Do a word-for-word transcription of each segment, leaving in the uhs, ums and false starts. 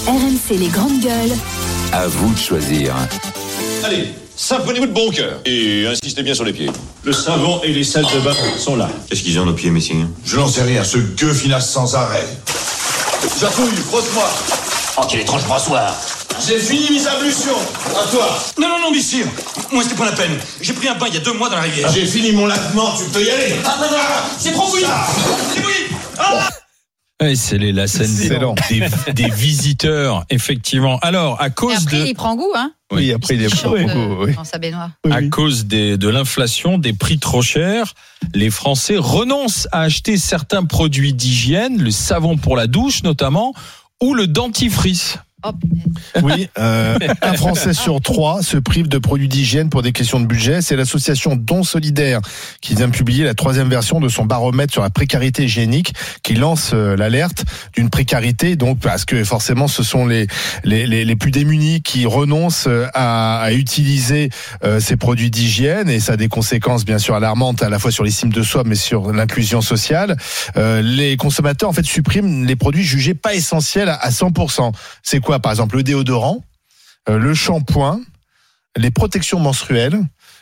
R M C les grandes gueules. À vous de choisir. Allez, savonnez-vous de bon cœur et insistez bien sur les pieds. Le savon et les salles de bain sont là. Qu'est-ce qu'ils ont nos pieds, messieurs? Je n'en sais rien, ce gueux finasse sans arrêt. Jatouille, frotte-moi. Oh, quel étrange brassoir. J'ai fini mes ablutions. À toi. Non, non, non, messieurs. Moi, c'était pas la peine. J'ai pris un bain il y a deux mois dans la rivière. J'ai fini mon lavement, tu peux y aller. Ah, non, non, c'est trop bouilli. C'est bouilli. Ah Oui, c'est les, la scène des, des, des visiteurs, effectivement. Alors, à cause Et après, de... il prend goût, hein. Oui, après, il, il prend euh, goût, oui. dans sa baignoire. À cause des, de l'inflation, des prix trop chers, les Français renoncent à acheter certains produits d'hygiène, le savon pour la douche notamment, ou le dentifrice. Oh, Oui, euh, un Français sur trois se prive de produits d'hygiène pour des questions de budget. C'est l'association Don Solidaire qui vient de publier la troisième version de son baromètre sur la précarité hygiénique, qui lance euh, l'alerte d'une précarité, donc parce que forcément ce sont les les les, les plus démunis qui renoncent à, à utiliser euh, ces produits d'hygiène, et ça a des conséquences bien sûr alarmantes à la fois sur l'estime de soi mais sur l'inclusion sociale. Euh, les consommateurs en fait suppriment les produits jugés pas essentiels à cent pour cent. C'est quoi, par exemple, le déodorant, euh, le shampoing, les protections menstruelles,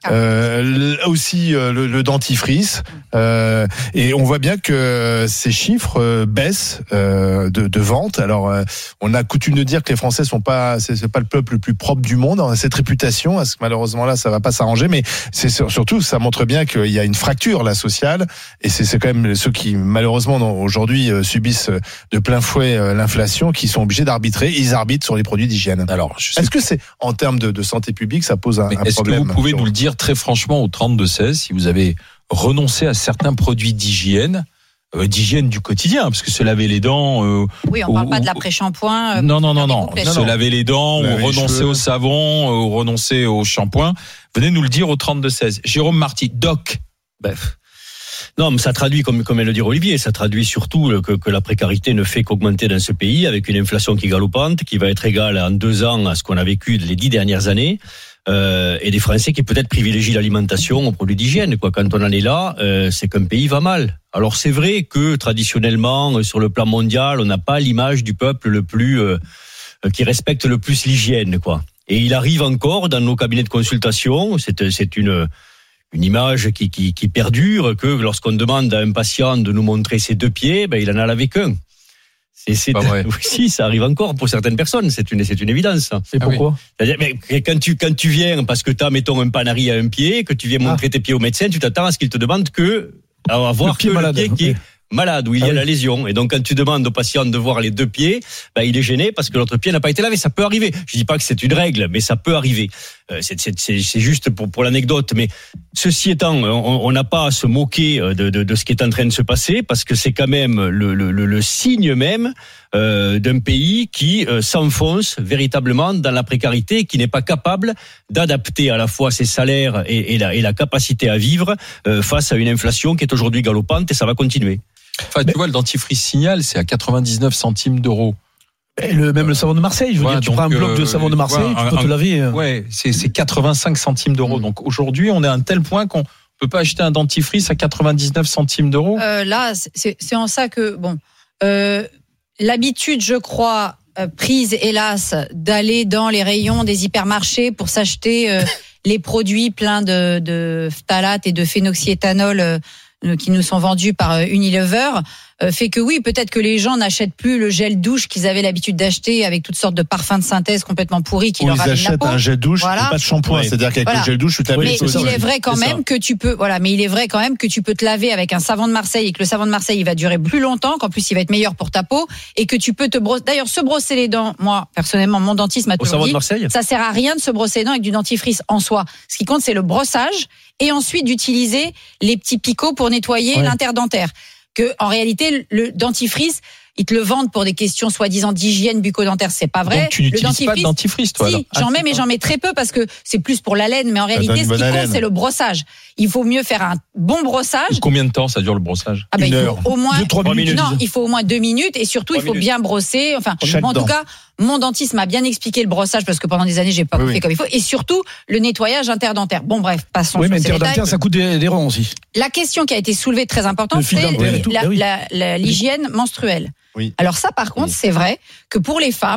euh, aussi euh, le, le dentifrice, euh, et on voit bien que ces chiffres euh, baissent euh, de, de vente. Alors, euh, on a coutume de dire que les Français sont pas, c'est, c'est pas le peuple le plus propre du monde. On a cette réputation, parce que malheureusement là, ça va pas s'arranger. Mais c'est surtout, ça montre bien qu'il y a une fracture là sociale, et c'est, c'est quand même ceux qui malheureusement aujourd'hui euh, subissent de plein fouet euh, l'inflation, qui sont obligés d'arbitrer. Et ils arbitrent sur les produits d'hygiène. Alors, je sais est-ce que c'est en termes de, de santé publique, ça pose un, un est-ce problème? Est-ce que vous pouvez nous le dire très franchement au trente-deux seize, si vous avez renoncé à certains produits d'hygiène, euh, d'hygiène du quotidien, parce que se laver les dents... Euh, oui, on ou, parle pas ou, de l'après-shampoing. Euh, non, non, non, non. non. Se laver les dents, laver ou renoncer au savon, ou renoncer au shampoing. Venez nous le dire au trente-deux seize. Jérôme Marty, Doc. Bref. Non, mais ça traduit, comme, comme le dit Olivier, ça traduit surtout que, que la précarité ne fait qu'augmenter dans ce pays, avec une inflation qui est galopante, qui va être égale en deux ans à ce qu'on a vécu les dix dernières années. Euh, et des Français qui peut-être privilégient l'alimentation aux produits d'hygiène. Quoi. Quand on en est là, euh, c'est qu'un pays va mal. Alors c'est vrai que traditionnellement, sur le plan mondial, on n'a pas l'image du peuple le plus euh, qui respecte le plus l'hygiène, quoi. Et il arrive encore dans nos cabinets de consultation, c'est, c'est une une image qui, qui, qui perdure, que lorsqu'on demande à un patient de nous montrer ses deux pieds, ben il en a lavé qu'un. C'est, c'est, pas vrai. Oui, si, ça arrive encore pour certaines personnes. C'est une, c'est une évidence. Et pourquoi? Ah oui. C'est-à-dire, mais quand tu, quand tu viens, parce que t'as, mettons, un panari à un pied, que tu viens montrer ah. tes pieds au médecin, tu t'attends à ce qu'il te demande que, à avoir que malade. le pied qui est malade, où il y a ah oui. la lésion. Et donc, quand tu demandes au patient de voir les deux pieds, ben, il est gêné parce que l'autre pied n'a pas été lavé. Ça peut arriver. Je dis pas que c'est une règle, mais ça peut arriver. Euh, c'est, c'est, c'est, c'est juste pour, pour l'anecdote. Mais ceci étant, on n'a pas à se moquer de, de, de ce qui est en train de se passer, parce que c'est quand même le, le, le, le signe même euh, d'un pays qui euh, s'enfonce véritablement dans la précarité, qui n'est pas capable d'adapter à la fois ses salaires et, et, la, et la capacité à vivre euh, face à une inflation qui est aujourd'hui galopante, et ça va continuer. Enfin, tu vois, le dentifrice Signal, c'est à quatre-vingt-dix-neuf centimes d'euros. Et le, même le savon de Marseille, je veux ouais, dire, tu donc, prends un bloc euh, de savon de Marseille, ouais, tu peux un, te laver. Euh. Ouais, c'est, c'est quatre-vingt-cinq centimes d'euros. Mmh. Donc aujourd'hui, on est à un tel point qu'on peut pas acheter un dentifrice à quatre-vingt-dix-neuf centimes d'euros. Euh, là, c'est, c'est en ça que, bon, euh, l'habitude, je crois, euh, prise, hélas, d'aller dans les rayons des hypermarchés pour s'acheter euh, les produits pleins de, de phtalates et de phénoxyéthanol euh, qui nous sont vendus par Unilever, euh, fait que oui, peut-être que les gens n'achètent plus le gel douche qu'ils avaient l'habitude d'acheter avec toutes sortes de parfums de synthèse complètement pourris qui Ou leur ils abîment la peau. achètent un gel douche, voilà. et pas de shampoing. Ouais. C'est-à-dire qu'avec voilà. le gel douche, tu t'habilles. Mais il est vrai quand même ça. que tu peux, voilà, mais il est vrai quand même que tu peux te laver avec un savon de Marseille, et que le savon de Marseille, il va durer plus longtemps, qu'en plus il va être meilleur pour ta peau, et que tu peux te brosser. D'ailleurs, se brosser les dents, moi, personnellement, mon dentiste m'a toujours dit, ça sert à rien de se brosser les dents avec du dentifrice en soi. Ce qui compte, c'est le brossage, et ensuite d'utiliser les petits picots pour nettoyer ouais. l'interdentaire. Que, en réalité, le dentifrice, ils te le vendent pour des questions soi-disant d'hygiène bucco-dentaire, c'est pas vrai. Donc tu n'utilises pas de dentifrice, toi? Si, alors. j'en ah, mais, mais j'en mets très peu parce que c'est plus pour la laine. Mais en réalité, ce qui compte, c'est le brossage. Il faut mieux faire un bon brossage. Combien de temps ça dure le brossage? Ah ben, Une il heure. faut au moins deux, trois minutes. Non, il faut au moins deux minutes, et surtout, il faut minutes. bien brosser. Enfin, Chaque en dent. tout cas, mon dentiste m'a bien expliqué le brossage parce que pendant des années, j'ai pas oui, fait oui. comme il faut, et surtout le nettoyage interdentaire. Bon, bref, passons. Oui, mais sur ces interdentaire, détails. ça coûte des, des ronds aussi. La question qui a été soulevée très importante, c'est la, la, la, l'hygiène menstruelle. Oui. Alors ça, par contre, oui. c'est vrai que pour les femmes,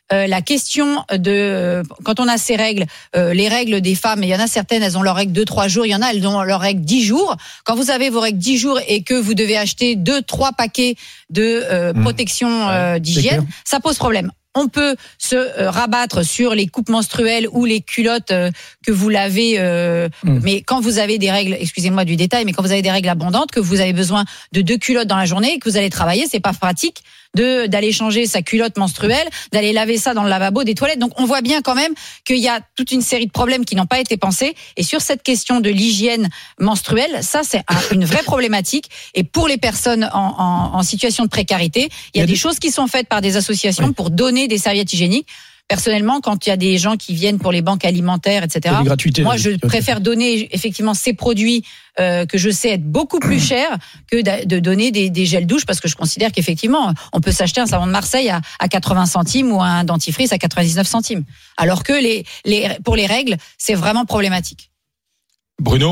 euh, la question de euh, quand on a ces règles, euh, les règles des femmes, il y en a certaines, elles ont leurs règles deux, trois jours, il y en a, elles ont leurs règles dix jours. Quand vous avez vos règles dix jours et que vous devez acheter deux, trois paquets de euh, protection euh, d'hygiène, ça pose problème. On peut se euh, rabattre sur les coupes menstruelles ou les culottes euh, que vous lavez, euh, mmh. mais quand vous avez des règles, excusez-moi du détail, mais quand vous avez des règles abondantes, que vous avez besoin de deux culottes dans la journée et que vous allez travailler, c'est pas pratique de d'aller changer sa culotte menstruelle, d'aller laver ça dans le lavabo des toilettes. Donc on voit bien quand même qu'il y a toute une série de problèmes qui n'ont pas été pensés. Et sur cette question de l'hygiène menstruelle, ça c'est un, une vraie problématique. Et pour les personnes en, en, en situation de précarité, il y a, il y a des, des choses qui sont faites par des associations oui. pour donner des serviettes hygiéniques. Personnellement, quand il y a des gens qui viennent pour les banques alimentaires, et cetera, moi, je préfère donner effectivement ces produits euh, que je sais être beaucoup plus chers que de, de donner des, des gels douche, parce que je considère qu'effectivement, on peut s'acheter un savon de Marseille à, à quatre-vingts centimes ou un dentifrice à quatre-vingt-dix-neuf centimes. Alors que les, les, pour les règles, c'est vraiment problématique. Bruno ?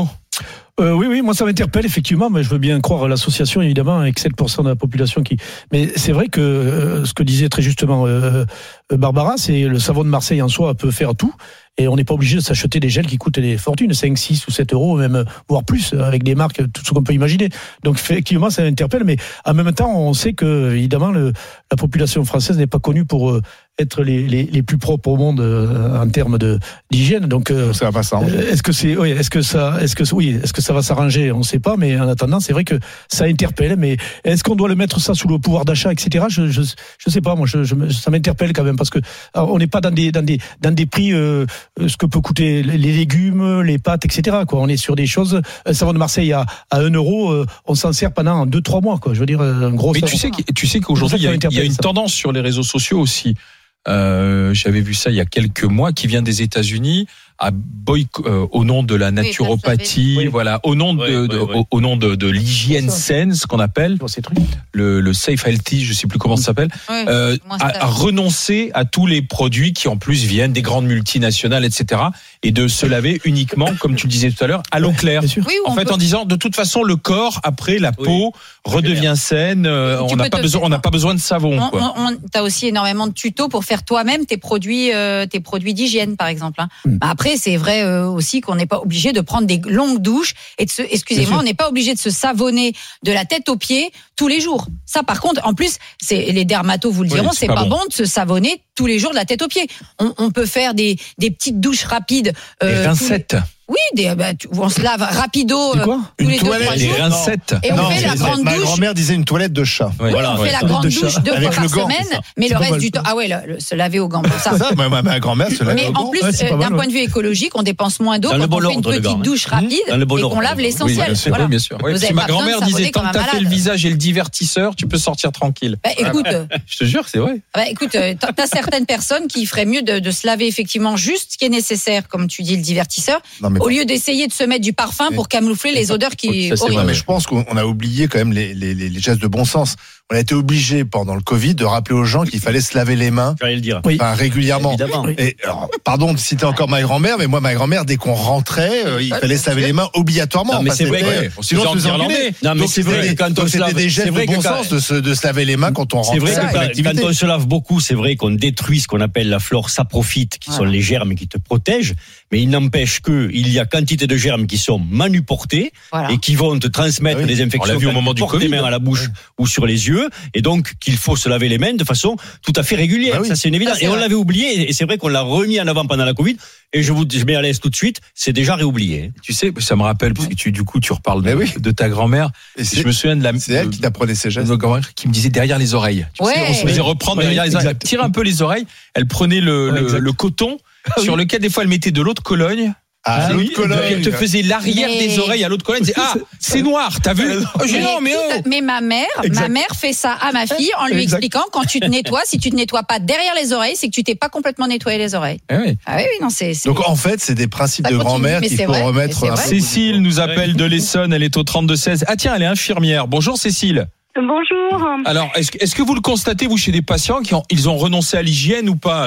Euh, oui, oui, moi ça m'interpelle effectivement, mais je veux bien croire à l'association évidemment avec sept pour cent de la population qui. Mais c'est vrai que euh, ce que disait très justement euh, Barbara, c'est le savon de Marseille en soi peut faire tout. Et on n'est pas obligé de s'acheter des gels qui coûtent des fortunes, cinq, six ou sept euros, même, voire plus, avec des marques, tout ce qu'on peut imaginer. Donc, effectivement, ça interpelle, mais en même temps, on sait que, évidemment, le, la population française n'est pas connue pour euh, être les, les, les plus propres au monde euh, en termes de, d'hygiène. Donc, euh, ça va pas s'arranger. Est-ce que c'est, oui, est-ce que ça, est-ce que, oui, est-ce que ça va s'arranger? On ne sait pas, mais en attendant, c'est vrai que ça interpelle, mais est-ce qu'on doit le mettre ça sous le pouvoir d'achat, et cetera? Je, je, je sais pas, moi, je, je, ça m'interpelle quand même, parce que, alors, on n'est pas dans des, dans des, dans des prix, euh, ce que peut coûter les légumes, les pâtes, et cetera. Quoi. On est sur des choses. Un savon de Marseille à, à un euro, euh, on s'en sert pendant deux, trois mois. Quoi. Je veux dire, un gros. Mais savon. tu sais, tu sais qu'aujourd'hui, il y a, il y a une tendance sur les réseaux sociaux aussi. Euh, j'avais vu ça il y a quelques mois, qui vient des États-Unis, à boyc- euh, au nom de la naturopathie, oui, voilà, au nom de, oui, de oui, oui. Au, au nom de, de l'hygiène saine, ce qu'on appelle le, le safe healthy, je sais plus comment ça s'appelle, oui, euh, à, à renoncer à tous les produits qui en plus viennent des grandes multinationales, et cetera, et de se laver uniquement, comme tu le disais tout à l'heure, à l'eau claire. Oui, en fait, peut... en disant de toute façon le corps après la oui. peau redevient saine, euh, on n'a pas besoin, on n'a pas besoin de savon. On, quoi. On, on, t'as aussi énormément de tutos pour faire toi-même tes produits, euh, tes produits d'hygiène, par exemple. Hein. Mm. Bah après, c'est vrai euh, aussi qu'on n'est pas obligé de prendre des longues douches et de se, excusez-moi, on n'est pas obligé de se savonner de la tête aux pieds tous les jours. Ça, par contre, en plus, c'est les dermatos vous le diront, oui, c'est, c'est pas, pas bon. bon de se savonner tous les jours de la tête aux pieds. On, on peut faire des, des petites douches rapides. Euh, des rincettes. Oui, des, bah, on se lave rapido euh, quoi tous une les toilette, deux, trois jours. Des rincettes. Et on non, fait la grande ma douche. Ma grand-mère disait une toilette de chat. Oui, voilà, on ouais, fait la grande douche deux fois par gant, semaine, mais le reste du temps, ah ouais, le, le, se laver au gant pour ça. ça ma, ma grand-mère se lave mais au gant. en plus, ouais, euh, d'un point de vue écologique, on dépense moins d'eau quand on fait une petite douche rapide et qu'on lave l'essentiel. Oui, bien sûr. Si ma grand-mère disait tant que t'as fait le visage et le divertisseur, tu peux sortir tranquille. Écoute, je te jure, c'est vrai. Écoute, t'as certaines personnes qui feraient mieux de se laver effectivement juste ce qui est nécessaire, comme tu dis, le divertisseur, au lieu d'essayer de se mettre du parfum pour camoufler les odeurs qui. Ça, c'est vrai, mais je pense qu'on a oublié quand même les, les, les gestes de bon sens. On a été obligé pendant le Covid de rappeler aux gens qu'il fallait se laver les mains. J'allais le dire. Oui. Enfin, régulièrement. Évidemment. Et alors, pardon de citer encore ma grand-mère, mais moi, ma grand-mère, dès qu'on rentrait, euh, il fallait se laver les mains obligatoirement. Non, mais c'est vrai. Ouais, sinon, on se faisait Non, mais c'est vrai. Quand on se lave, des gestes de bon sens de se, de se laver les mains quand on rentrait. C'est vrai que quand on se lave beaucoup, c'est vrai qu'on détruit ce qu'on appelle la flore saprophite, qui sont les germes qui te protègent. Mais il n'empêche que il y a quantité de germes qui sont manuportés et qui vont te transmettre ah oui. des infections. On l'a vu au moment du Covid, les mains à la bouche ouais. ou sur les yeux, et donc qu'il faut se laver les mains de façon tout à fait régulière. Ah oui. Ça c'est une évidence. Ah, et on l'avait oublié, et c'est vrai qu'on l'a remis en avant pendant la Covid. Et je vous je mets à l'aise tout de suite, c'est déjà réoublié. Tu sais, ça me rappelle parce que tu du coup tu reparles de, oui. de ta grand-mère. Et je me souviens de la. C'est elle qui t'apprenait ces gestes. De grand-mère qui me disait derrière les oreilles. Tu ouais. sais, on se faisait reprendre ouais, derrière les oreilles. Elle tirait un peu les oreilles. Elle prenait le, ouais, le, le coton ah, sur oui. lequel des fois elle mettait de l'eau de Cologne. Ah, ah oui, elle te faisait l'arrière mais... des oreilles à l'autre collègue. Ah, c'est noir, t'as vu? Oh, mais, non, mais, oh. mais ma mère, exact. ma mère fait ça à ma fille en lui exact. expliquant quand tu te nettoies, si tu te nettoies pas derrière les oreilles, c'est que tu t'es pas complètement nettoyé les oreilles. Ah oui. Ah oui, oui non, c'est. c'est... Donc en fait, c'est des principes ça de grand-mère qu'il faut vrai, remettre. Cécile nous appelle de l'Essonne, elle est au trente-deux seize. Ah tiens, elle est infirmière. Bonjour Cécile. Bonjour. Alors, est-ce, est-ce que vous le constatez vous chez des patients qui ont, ils ont renoncé à l'hygiène ou pas alors?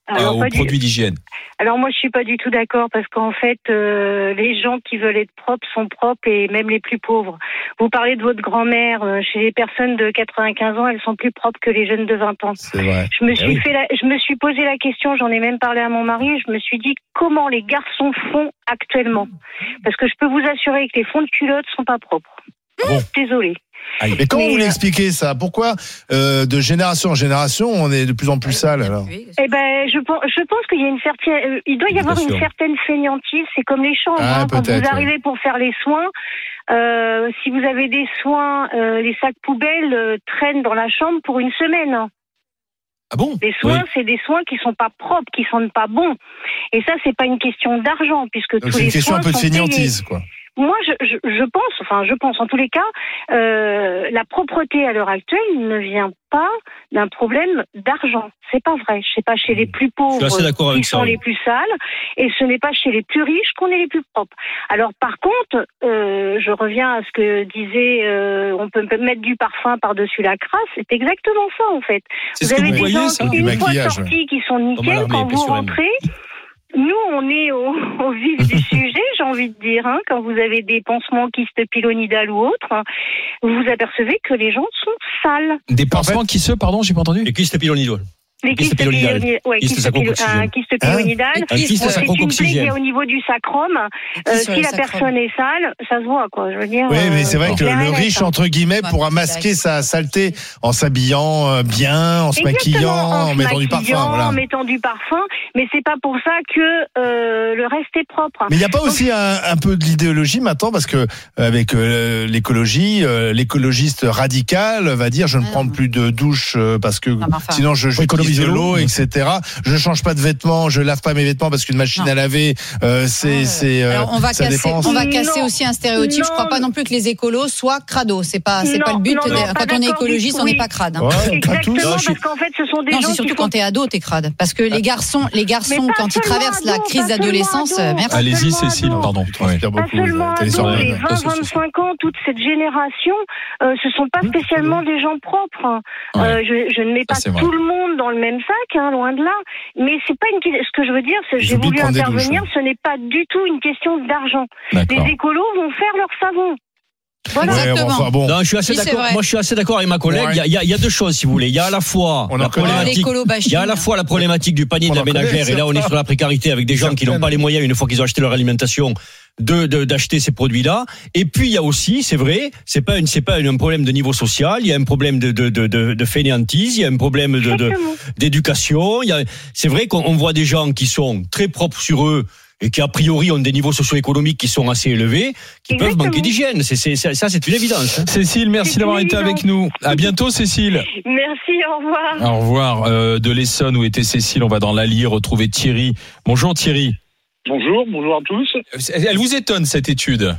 Alors, aux produits d'hygiène. Alors moi je suis pas du tout d'accord parce qu'en fait euh, les gens qui veulent être propres sont propres et même les plus pauvres. Vous parlez de votre grand-mère, euh, chez les personnes de quatre-vingt-quinze ans, elles sont plus propres que les jeunes de vingt ans. C'est vrai. Je me suis oui. fait la, je me suis posé la question, j'en ai même parlé à mon mari, je me suis dit comment les garçons font actuellement. Parce que je peux vous assurer que les fonds de culottes sont pas propres. Bon. Désolée. Mais comment Mais vous euh... l'expliquez ça? Pourquoi euh, de génération en génération on est de plus en plus sale alors? Eh ben, je pense, je pense qu'il y a une certaine, il doit y avoir une certaine fainéantise. C'est comme les chambres. Ah, hein, quand vous arrivez ouais. pour faire les soins, euh, si vous avez des soins, euh, les sacs poubelles euh, traînent dans la chambre pour une semaine. Ah bon? Les soins, oui. c'est des soins qui sont pas propres, qui sentent pas bons. Et ça, c'est pas une question d'argent, puisque Donc tous c'est les une question soins un peu de sont fainéantise, payés. quoi. Moi, je, je, je pense, enfin, je pense en tous les cas, euh, la propreté à l'heure actuelle ne vient pas d'un problème d'argent. C'est pas vrai. C'est pas chez les plus pauvres qui sont les plus sales, et ce n'est pas chez les plus riches qu'on est les plus propres. Alors, par contre, euh, je reviens à ce que disait, euh, on peut mettre du parfum par-dessus la crasse. C'est exactement ça, en fait. C'est vous ce avez que vous des voyez, gens ça, qui, une fois sortis, qui sont nickel, quand vous rentrez. Nous, on est au, au vif du sujet, j'ai envie de dire. Hein, quand vous avez des pansements kystes pilonidales ou autres, hein, vous vous apercevez que les gens sont sales. Des pansements en fait, qui se, pardon, j'ai pas entendu. Les kystes pilonidales. Les kystes pilonidales. Ouais, kyste kyste pilo, un kyste pilonidal. Hein un kyste c'est une plaie qui est au niveau du sacrum. Euh, si la sacrum. personne est sale, ça se voit, quoi. Je veux dire. Oui, mais c'est euh, vrai que le, le riche, entre guillemets, pourra masquer sa saleté en s'habillant bien, en se maquillant, en, en mettant du parfum. Voilà. En mettant du parfum, mais c'est pas pour ça que euh, le reste est propre. Mais il n'y a pas Donc, aussi un, un peu de l'idéologie maintenant, parce que avec euh, l'écologie, euh, l'écologiste radical va dire je ne ah, prends plus de douche euh, parce que ah, enfin, sinon je, je économise de l'eau, et cetera. Je ne change pas de vêtements, je lave pas mes vêtements parce qu'une machine non. à laver, euh, c'est, c'est. Alors on va ça casser, dépense. on va casser non. aussi un stéréotype. Non. Je crois pas non plus que les écolos soient crados. C'est pas, c'est non, pas le but. Non, non, quand on est écologiste, on n'est pas crade. Hein. Ouais, exactement, pas parce qu'en fait, ce sont des non, gens c'est surtout qui quand font... t'es ado, t'es crade. Parce que les garçons, les garçons, quand ils traversent la crise d'adolescence, merci. Allez-y, Cécile, pardon. Ouais. Pas seulement ados, les vingt vingt-cinq ans, toute cette génération, euh, ce sont pas spécialement des gens propres. Ouais. Euh, je, je ne mets pas tout le monde dans le même sac, hein, loin de là. Mais c'est pas une. Ce que je veux dire, c'est que j'ai voulu intervenir. Ce n'est pas du tout une question d'argent. Les écolos vont faire leur savon. Voilà. Ouais, bon, enfin, bon. Non, je suis assez oui, d'accord. Moi, je suis assez d'accord avec ma collègue. Il ouais. y, y, y a deux choses, si vous voulez. Il y a à la fois on la problématique. Il y a à la fois la problématique du panier on de la ménagère. Et là, on est sur la précarité avec des gens qui n'ont pas les moyens, une fois qu'ils ont acheté leur alimentation, de, de d'acheter ces produits-là. Et puis il y a aussi, c'est vrai, c'est pas une, c'est pas un problème de niveau social. Il y a un problème de de de de, de fainéantise. Il y a un problème de, de d'éducation. Il y a, c'est vrai qu'on on voit des gens qui sont très propres sur eux, et qui a priori ont des niveaux socio-économiques qui sont assez élevés, qui Exactement. peuvent manquer d'hygiène. C'est, c'est, ça, c'est une évidence. Cécile, merci c'est d'avoir été avec nous. À bientôt, Cécile. Merci, au revoir. Au revoir. Euh, de l'Essonne, où était Cécile, on va dans l'Allier retrouver Thierry. Bonjour Thierry. Bonjour, bonjour à tous. Elle vous étonne, cette étude?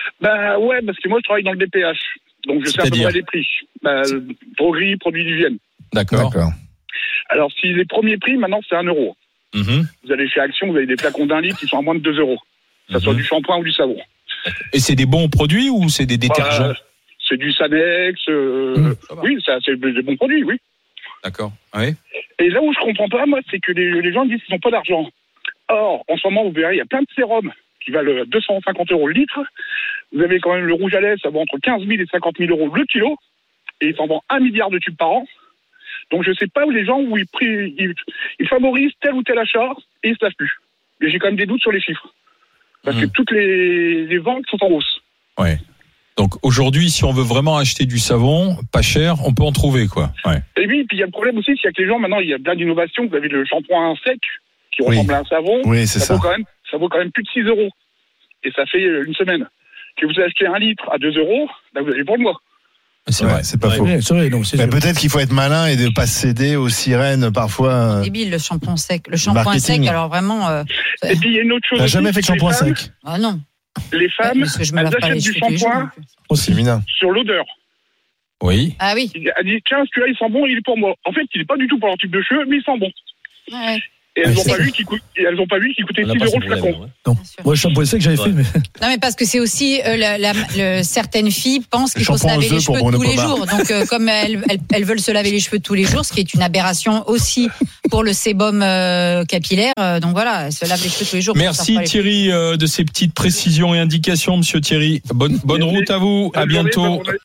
Ben ouais, parce que moi je travaille dans le D P H, donc je sais à peu près les prix. Ben, droguerie, produits d'hygiène. D'accord. D'accord. Alors si les premiers prix, maintenant c'est un euro. Mmh. Vous allez chez Action, vous avez des flacons d'un litre qui sont à moins de deux euros. Que ce mmh. soit du shampoing ou du savon. Et c'est des bons produits ou c'est des détergents? bah, C'est du Sanex. Euh, mmh. Oui, ça, c'est des bons produits, oui. D'accord. Oui. Et là où je comprends pas, moi, c'est que les, les gens disent qu'ils n'ont pas d'argent. Or, en ce moment, vous verrez, il y a plein de sérums qui valent deux cent cinquante euros le litre. Vous avez quand même le rouge à lèvres, ça vaut entre quinze mille et cinquante mille euros le kilo. Et ils s'en vendent un milliard de tubes par an. Donc je ne sais pas où les gens où ils, ils, ils favorisent tel ou tel achat et ils ne se lavent plus. Mais j'ai quand même des doutes sur les chiffres. Parce mmh. que toutes les, les ventes sont en hausse. Ouais. Donc aujourd'hui, si on veut vraiment acheter du savon, pas cher, on peut en trouver, quoi. Ouais. Et puis, puis il y a le problème aussi, c'est que les gens, maintenant, il y a plein d'innovations. Vous avez le shampoing sec qui ressemble oui. à un savon. Oui, c'est ça. Ça vaut, quand même, ça vaut quand même plus de six euros. Et ça fait une semaine. Que vous achetez un litre à deux euros, là vous avez pour le mois. C'est ouais, vrai, c'est pas ouais, faux. Ouais, c'est vrai, donc c'est mais peut-être qu'il faut être malin et de pas céder aux sirènes parfois. C'est débile le shampoing sec, le shampoing sec. Alors vraiment. Euh, et puis il y a une autre chose. T'as jamais fait de shampoing sec? Ah non. Les femmes, ouais, elles achètent du shampoing sur l'odeur. Oui. Ah oui. Elle dit tiens, celui-là il sent bon, il est pour moi. En fait, il est pas du tout pour leur type de cheveux, mais il sent bon. Ouais. Et elles n'ont pas vu qu'il coûte, elles ont pas vu qu'il coûtait six euros le flacon. Ouais. Non. Moi, je shampoing sec que j'avais fait, mais. Non, mais parce que c'est aussi, euh, la, la, le, certaines filles pensent qu'il faut se laver les cheveux tous les jours. Donc, euh, comme elles, elles, elles veulent se laver les cheveux tous les jours, ce qui est une aberration aussi pour le sébum euh, capillaire. Euh, donc voilà, elles se lavent les cheveux tous les jours. Merci Thierry euh, de ces petites précisions et indications, monsieur Thierry. Bonne, bonne route à vous. À bientôt.